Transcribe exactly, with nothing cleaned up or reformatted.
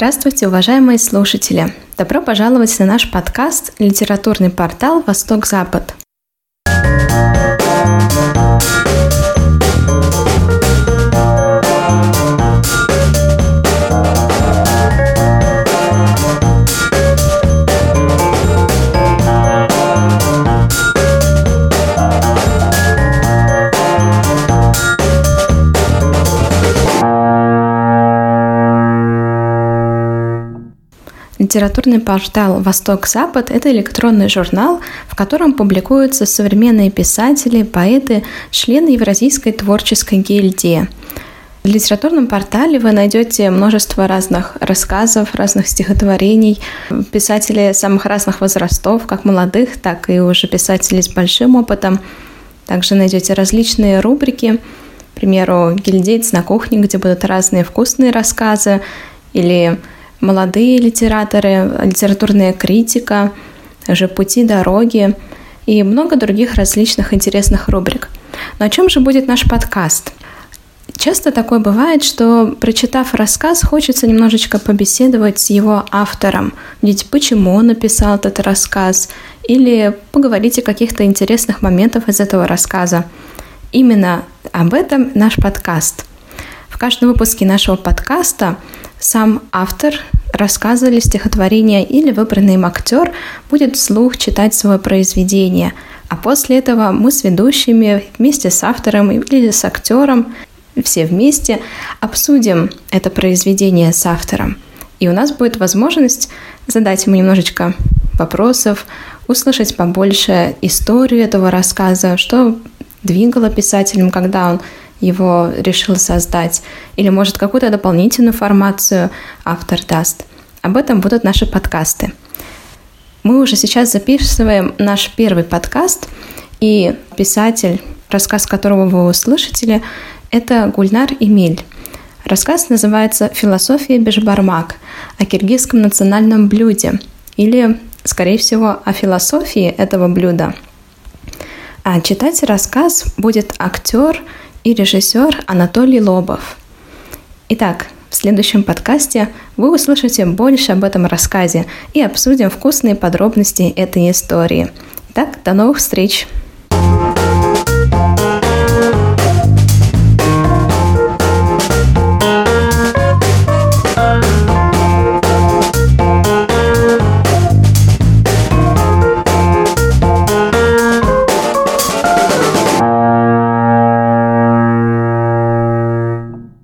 Здравствуйте, уважаемые слушатели! Добро пожаловать на наш подкаст «Литературный портал Восток-Запад». Литературный портал «Восток-Запад» — это электронный журнал, в котором публикуются современные писатели, поэты, члены Евразийской творческой гильдии. В литературном портале вы найдете множество разных рассказов, разных стихотворений, писателей самых разных возрастов, как молодых, так и уже писателей с большим опытом. Также найдете различные рубрики, к примеру, «Гильдеец на кухне», где будут разные вкусные рассказы, или молодые литераторы, литературная критика, также пути, дороги и много других различных интересных рубрик. Но о чем же будет наш подкаст? Часто такое бывает, что, прочитав рассказ, хочется немножечко побеседовать с его автором, ведь почему он написал этот рассказ, или поговорить о каких-то интересных моментах из этого рассказа. Именно об этом наш подкаст. В каждом выпуске нашего подкаста сам автор рассказа или стихотворения или выбранный им актер будет вслух читать свое произведение, а после этого мы с ведущими вместе с автором или с актером, все вместе обсудим это произведение с автором. И у нас будет возможность задать ему немножечко вопросов, услышать побольше историю этого рассказа, что двигало писателем, когда он его решил создать, или, может, какую-то дополнительную информацию автор даст. Об этом будут наши подкасты. Мы уже сейчас записываем наш первый подкаст, и писатель, рассказ которого вы услышите, это Гульнар Эмиль. Рассказ называется «Философия бешбармак» о киргизском национальном блюде, или, скорее всего, о философии этого блюда. А читать рассказ будет актер и режиссер Анатолий Лобов. Итак, в следующем подкасте вы услышите больше об этом рассказе и обсудим вкусные подробности этой истории. Итак, до новых встреч!